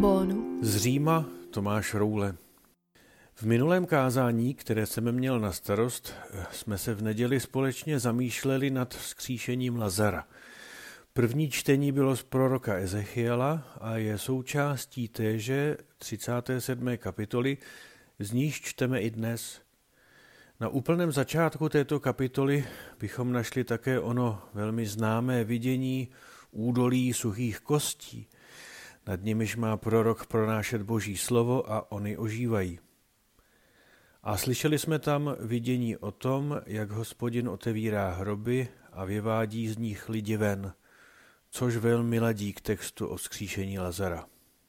trombónu. Z Říma Tomáš Roule. V minulém kázání, které jsem měl na starost, jsme se v neděli společně zamýšleli nad vzkříšením Lazara. První čtení bylo z proroka Ezechiela a je součástí téže 37. kapitoly, z níž čteme i dnes. Na úplném začátku této kapitoly bychom našli také ono velmi známé vidění údolí suchých kostí. Nad nimiž má prorok pronášet Boží slovo a oni ožívají. A slyšeli jsme tam vidění o tom, jak Hospodin otevírá hroby a vyvádí z nich lidi ven, což velmi ladí k textu o vzkříšení Lazara.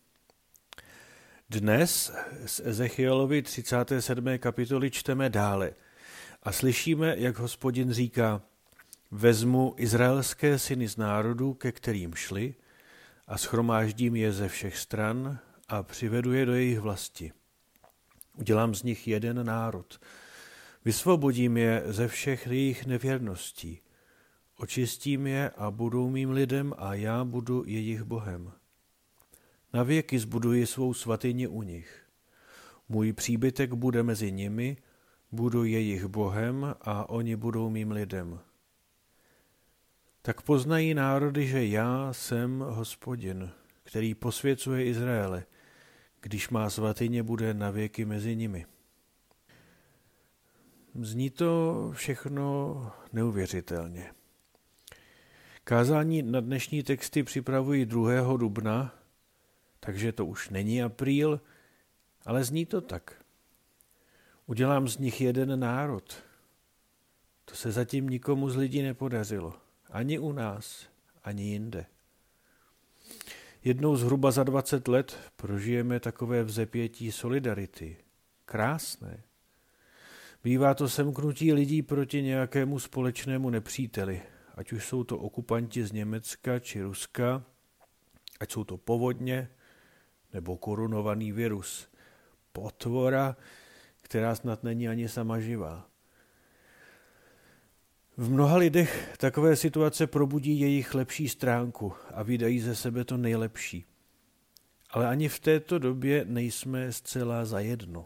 Dnes z Ezechielovy 37. kapitoly čteme dále a slyšíme, jak Hospodin říká: vezmu izraelské syny z národů, ke kterým šli, a shromáždím je ze všech stran a přivedu je do jejich vlasti. Udělám z nich jeden národ. Vysvobodím je ze všech jejich nevěrností. Očistím je a budou mým lidem a já budu jejich Bohem. Navěky zbuduji svou svatyni u nich. Můj příbytek bude mezi nimi, budu jejich Bohem a oni budou mým lidem. Tak poznají národy, že já jsem Hospodin, který posvěcuje Izraele, když má svatyně bude navěky mezi nimi. Zní to všechno neuvěřitelně. Kázání na dnešní texty připravují 2. dubna, takže to už není apríl, ale zní to tak. Udělám z nich jeden národ. To se zatím nikomu z lidí nepodařilo. Ani u nás, ani jinde. Jednou zhruba za 20 let prožijeme takové vzepětí solidarity. Krásné. Bývá to semknutí lidí proti nějakému společnému nepříteli, ať už jsou to okupanti z Německa či Ruska, ať jsou to povodně nebo korunovaný virus. Potvora, která snad není ani sama živá. V mnoha lidech takové situace probudí jejich lepší stránku a vydají ze sebe to nejlepší. Ale ani v této době nejsme zcela zajedno.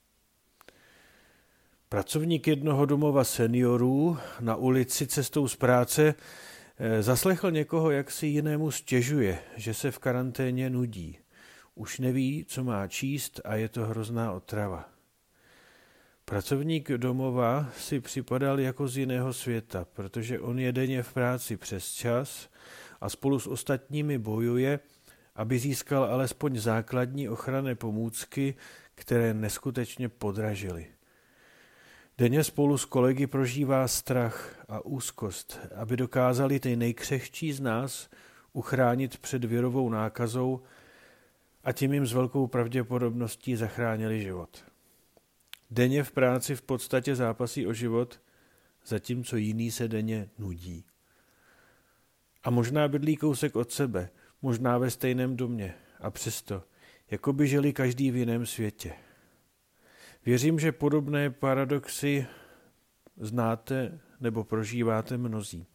Pracovník jednoho domova seniorů na ulici cestou z práce zaslechl někoho, jak si jinému stěžuje, že se v karanténě nudí. Už neví, co má číst a je to hrozná otrava. Pracovník domova si připadal jako z jiného světa, protože on je denně v práci přes čas a spolu s ostatními bojuje, aby získal alespoň základní ochranné pomůcky, které neskutečně podražily. Denně spolu s kolegy prožívá strach a úzkost, aby dokázali ty nejkřehčí z nás uchránit před virovou nákazou a tím jim s velkou pravděpodobností zachránili život. Denně v práci v podstatě zápasí o život, zatímco jiný se denně nudí. A možná bydlí kousek od sebe, možná ve stejném domě a přesto, jako by žili každý v jiném světě. Věřím, že podobné paradoxy znáte nebo prožíváte mnozí.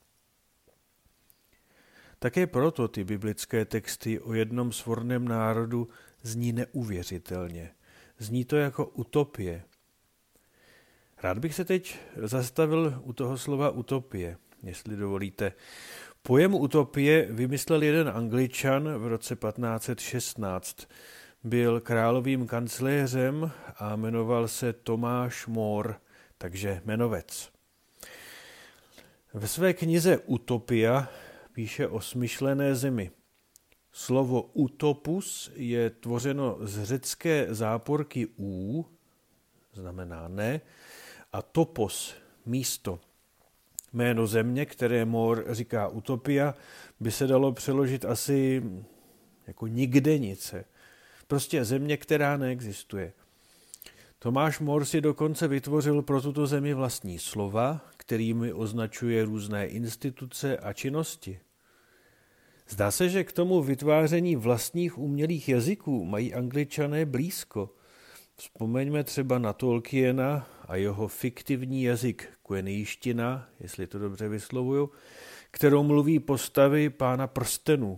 Také proto ty biblické texty o jednom svorném národu zní neuvěřitelně. Zní to jako utopie. Rád bych se teď zastavil u toho slova utopie, jestli dovolíte. Pojem utopie vymyslel jeden Angličan v roce 1516. Byl královým kancléřem a jmenoval se Tomáš More, takže jmenovec. Ve své knize Utopia píše o smyšlené zemi. Slovo utopus je tvořeno z řecké záporky u, znamená ne, a topos, místo. Jméno země, které More říká utopia, by se dalo přeložit asi jako nikdenice. Prostě země, která neexistuje. Tomáš More si dokonce vytvořil pro tuto zemi vlastní slova, kterými označuje různé instituce a činnosti. Zdá se, že k tomu vytváření vlastních umělých jazyků mají Angličané blízko. Vzpomeňme třeba na Tolkiena a jeho fiktivní jazyk quenijština, jestli to dobře vyslovuju, kterou mluví postavy Pána prstenů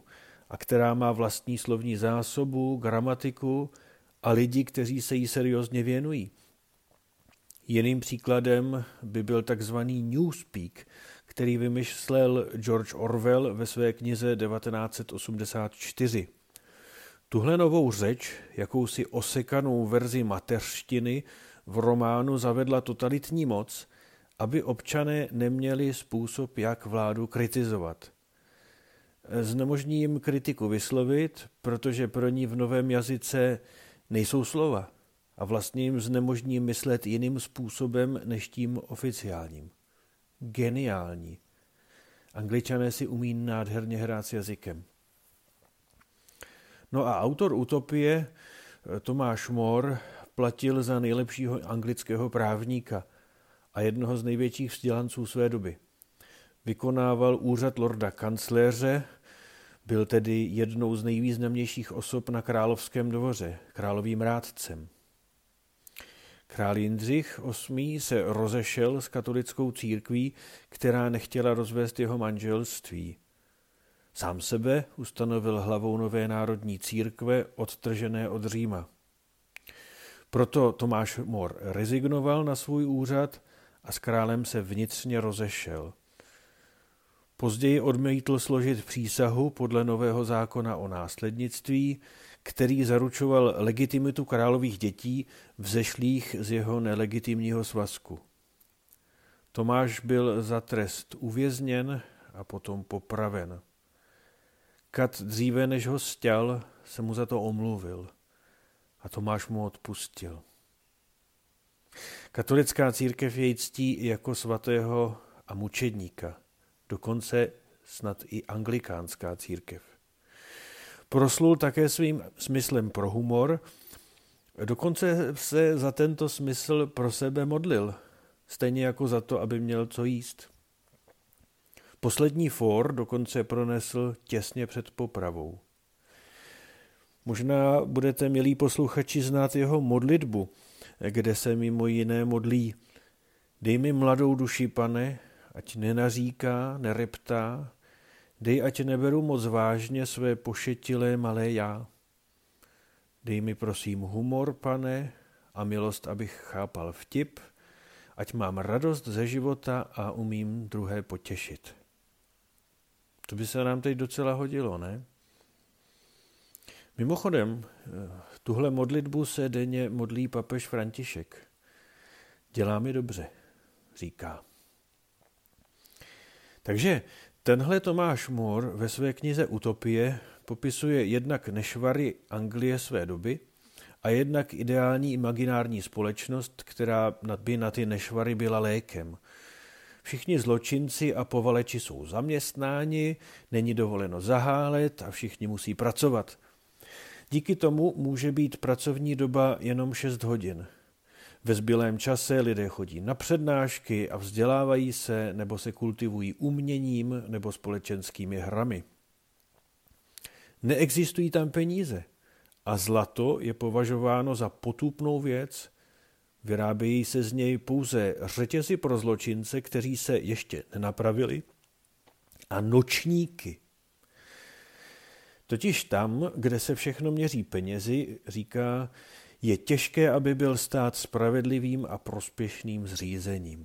a která má vlastní slovní zásobu, gramatiku a lidi, kteří se jí seriózně věnují. Jiným příkladem by byl takzvaný Newspeak, který vymyslel George Orwell ve své knize 1984. Tuhle novou řeč, jakousi osekanou verzi mateřštiny, v románu zavedla totalitní moc, aby občané neměli způsob, jak vládu kritizovat. Znemožní jim kritiku vyslovit, protože pro ní v novém jazyce nejsou slova a vlastně jim znemožní myslet jiným způsobem než tím oficiálním. Geniální. Angličané si umí nádherně hrát s jazykem. No a autor Utopie, Tomáš More, platil za nejlepšího anglického právníka a jednoho z největších vzdělanců své doby. Vykonával úřad lorda kancléře, byl tedy jednou z nejvýznamnějších osob na královském dvoře, královým rádcem. Král Jindřich VIII. Se rozešel s katolickou církví, která nechtěla rozvést jeho manželství. Sám sebe ustanovil hlavou nové národní církve odtržené od Říma. Proto Tomáš More rezignoval na svůj úřad a s králem se vnitřně rozešel. Později odmítl složit přísahu podle nového zákona o následnictví, který zaručoval legitimitu králových dětí vzešlých z jeho nelegitimního svazku. Tomáš byl za trest uvězněn a potom popraven. Kat dříve, než ho sťal, se mu za to omluvil a Tomáš mu odpustil. Katolická církev jej ctí jako svatého a mučedníka, dokonce snad i anglikánská církev. Proslul také svým smyslem pro humor, dokonce se za tento smysl pro sebe modlil, stejně jako za to, aby měl co jíst. Poslední fór dokonce pronesl těsně před popravou. Možná budete, milí posluchači, znát jeho modlitbu, kde se mimo jiné modlí: Dej mi mladou duši, Pane, ať nenaříká, nereptá, dej, ať neberu moc vážně své pošetilé malé já. Dej mi prosím humor, Pane, a milost, abych chápal vtip, ať mám radost ze života a umím druhé potěšit. To by se nám teď docela hodilo, ne? Mimochodem, tuhle modlitbu se denně modlí papež František. Dělá mi dobře, říká. Takže tenhle Tomáš More ve své knize Utopie popisuje jednak nešvary Anglie své doby a jednak ideální imaginární společnost, která by na ty nešvary byla lékem. Všichni zločinci a povaleči jsou zaměstnáni, není dovoleno zahálet a všichni musí pracovat. Díky tomu může být pracovní doba jenom 6 hodin. Ve zbylém čase lidé chodí na přednášky a vzdělávají se nebo se kultivují uměním nebo společenskými hrami. Neexistují tam peníze a zlato je považováno za potupnou věc. Vyrábějí se z něj pouze řetězy pro zločince, kteří se ještě nenapravili, a nočníky. Totiž tam, kde se všechno měří penězi, říká, je těžké, aby byl stát spravedlivým a prospěšným zřízením.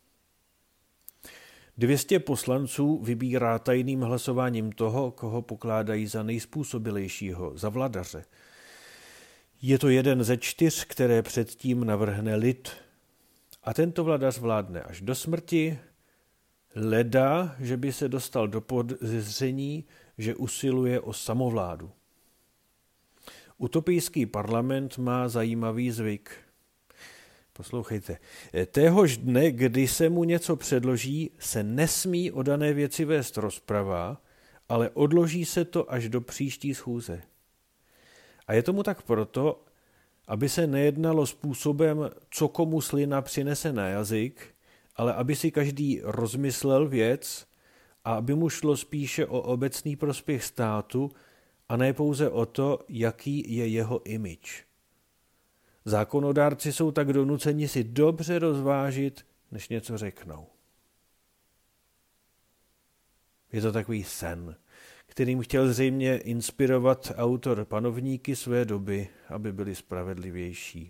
200 poslanců vybírá tajným hlasováním toho, koho pokládají za nejspůsobilejšího, za vladaře. Je to jeden ze 4, které předtím navrhne lid. A tento vladař vládne až do smrti, leda, že by se dostal do podezření, že usiluje o samovládu. Utopijský parlament má zajímavý zvyk. Poslouchejte. Téhož dne, kdy se mu něco předloží, se nesmí o dané věci vést rozprava, ale odloží se to až do příští schůze. A je tomu tak proto, aby se nejednalo způsobem, co komu slina přinese na jazyk, ale aby si každý rozmyslel věc a aby mu šlo spíše o obecný prospěch státu a ne pouze o to, jaký je jeho image. Zákonodárci jsou tak donuceni si dobře rozvážit, než něco řeknou. Je to takový sen, kterým chtěl zřejmě inspirovat autor panovníky své doby, aby byli spravedlivější.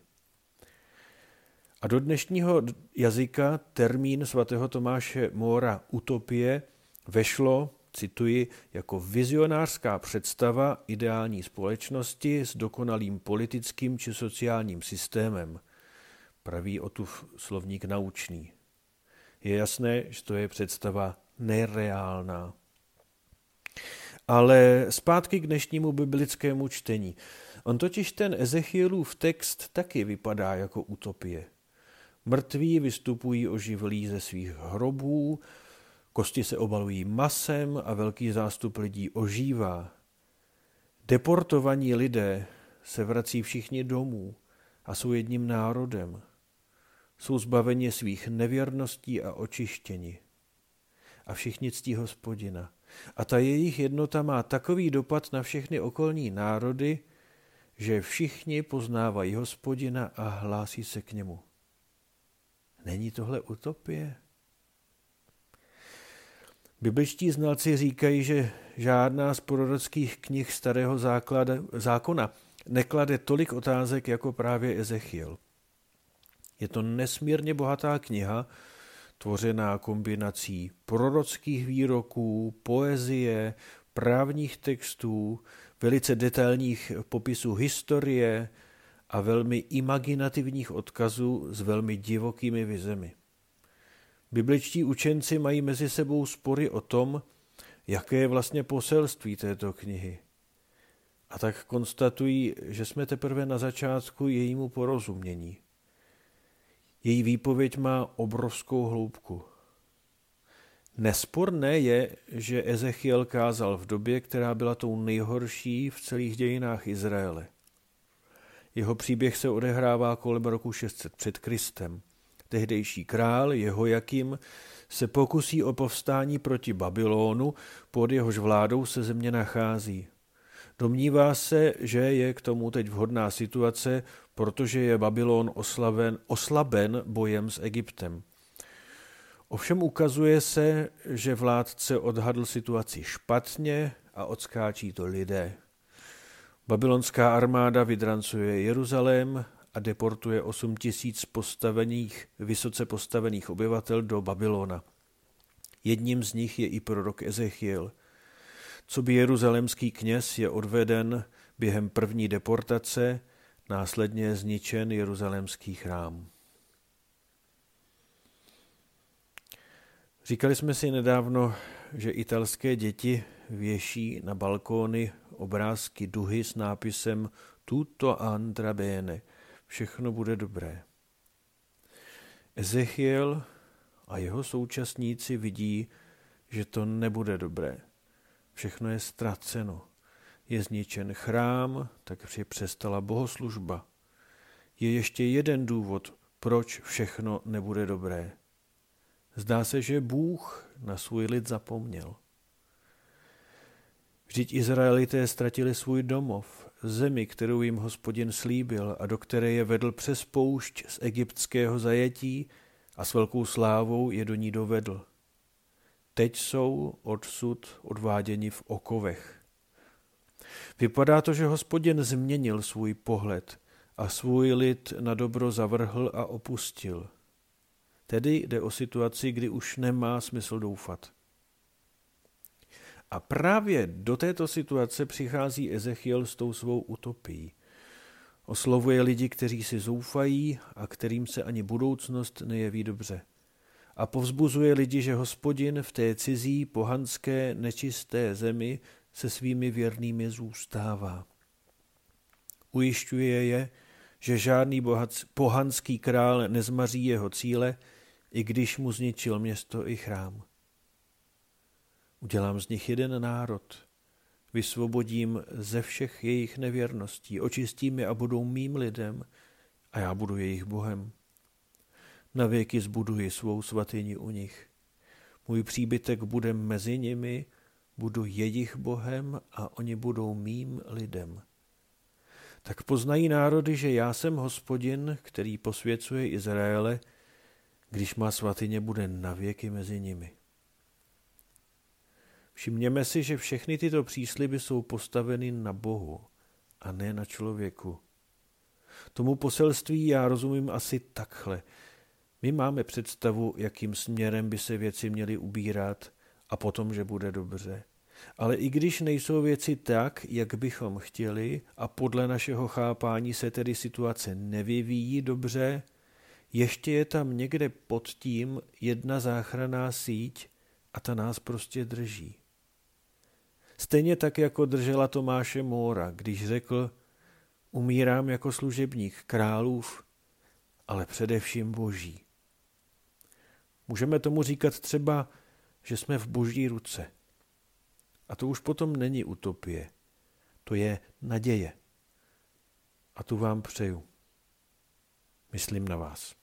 A do dnešního jazyka termín svatého Tomáše Mora utopie vešlo, cituji, jako vizionářská představa ideální společnosti s dokonalým politickým či sociálním systémem. Praví Ottův slovník naučný. Je jasné, že to je představa nereálná. Ale zpátky k dnešnímu biblickému čtení. On totiž ten Ezechielův text taky vypadá jako utopie. Mrtví vystupují oživlí ze svých hrobů, kosti se obalují masem a velký zástup lidí ožívá. Deportovaní lidé se vrací všichni domů a jsou jedním národem. Jsou zbaveni svých nevěrností a očištěni. A všichni ctí Hospodina. A ta jejich jednota má takový dopad na všechny okolní národy, že všichni poznávají Hospodina a hlásí se k němu. Není tohle utopie? Bibličtí znalci říkají, že žádná z prorockých knih Starého zákona neklade tolik otázek jako právě Ezechiel. Je to nesmírně bohatá kniha, tvořená kombinací prorockých výroků, poezie, právních textů, velice detailních popisů historie a velmi imaginativních odkazů s velmi divokými vizemi. Bibličtí učenci mají mezi sebou spory o tom, jaké je vlastně poselství této knihy. A tak konstatují, že jsme teprve na začátku jejímu porozumění. Její výpověď má obrovskou hloubku. Nesporné je, že Ezechiel kázal v době, která byla tou nejhorší v celých dějinách Izraele. Jeho příběh se odehrává kolem roku 600 před Kristem. Tehdejší král Jehojakim se pokusí o povstání proti Babylonu, pod jehož vládou se země nachází. Domnívá se, že je k tomu teď vhodná situace, protože je Babylon oslaben bojem s Egyptem. Ovšem ukazuje se, že vládce odhadl situaci špatně a odskáčí to lidé. Babylonská armáda vydrancuje Jeruzalém a deportuje 8 000 vysoce postavených obyvatel do Babylona. Jedním z nich je i prorok Ezechiel. Coby jeruzalémský kněz je odveden během první deportace, následně je zničen jeruzalémský chrám. Říkali jsme si nedávno, že italské děti věší na balkóny obrázky duhy s nápisem Tutto andrà bene, všechno bude dobré. Ezechiel a jeho současníci vidí, že to nebude dobré. Všechno je ztraceno. Je zničen chrám, takže přestala bohoslužba. Je ještě jeden důvod, proč všechno nebude dobré. Zdá se, že Bůh na svůj lid zapomněl. Vždyť Izraelité ztratili svůj domov, zemi, kterou jim Hospodin slíbil a do které je vedl přes poušť z egyptského zajetí a s velkou slávou je do ní dovedl. Teď jsou odsud odváděni v okovech. Vypadá to, že Hospodin změnil svůj pohled a svůj lid na dobro zavrhl a opustil. Tedy jde o situaci, kdy už nemá smysl doufat. A právě do této situace přichází Ezechiel s tou svou utopií. Oslovuje lidi, kteří si zoufají a kterým se ani budoucnost nejeví dobře. A povzbuzuje lidi, že Hospodin v té cizí, pohanské, nečisté zemi se svými věrnými zůstává. Ujišťuje je, že žádný pohanský král nezmaří jeho cíle, i když mu zničil město i chrám. Udělám z nich jeden národ, vysvobodím ze všech jejich nevěrností, očistím je a budou mým lidem a já budu jejich Bohem. Navěky zbuduji svou svatyni u nich. Můj příbytek bude mezi nimi, budu jejich Bohem a oni budou mým lidem. Tak poznají národy, že já jsem Hospodin, který posvěcuje Izraele, když má svatyně bude navěky mezi nimi. Všimněme si, že všechny tyto přísliby jsou postaveny na Bohu a ne na člověku. Tomu poselství já rozumím asi takhle. My máme představu, jakým směrem by se věci měly ubírat a potom, že bude dobře. Ale i když nejsou věci tak, jak bychom chtěli a podle našeho chápání se tedy situace nevyvíjí dobře, ještě je tam někde pod tím jedna záchranná síť a ta nás prostě drží. Stejně tak, jako držela Tomáše Móra, když řekl: umírám jako služebník králův, ale především Boží. Můžeme tomu říkat třeba, že jsme v Boží ruce. A to už potom není utopie, to je naděje. A tu vám přeju. Myslím na vás.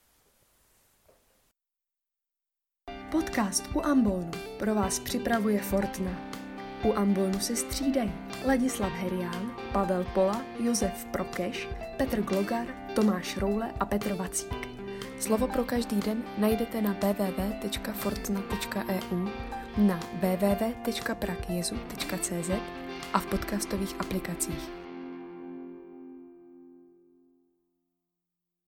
Podcast U ambonu pro vás připravuje Fortna. U ambonu se střídají Ladislav Herián, Pavel Pola, Josef Prokeš, Petr Glogar, Tomáš Roule a Petr Vacík. Slovo pro každý den najdete na www.fortna.eu, na www.pragjezu.cz a v podcastových aplikacích.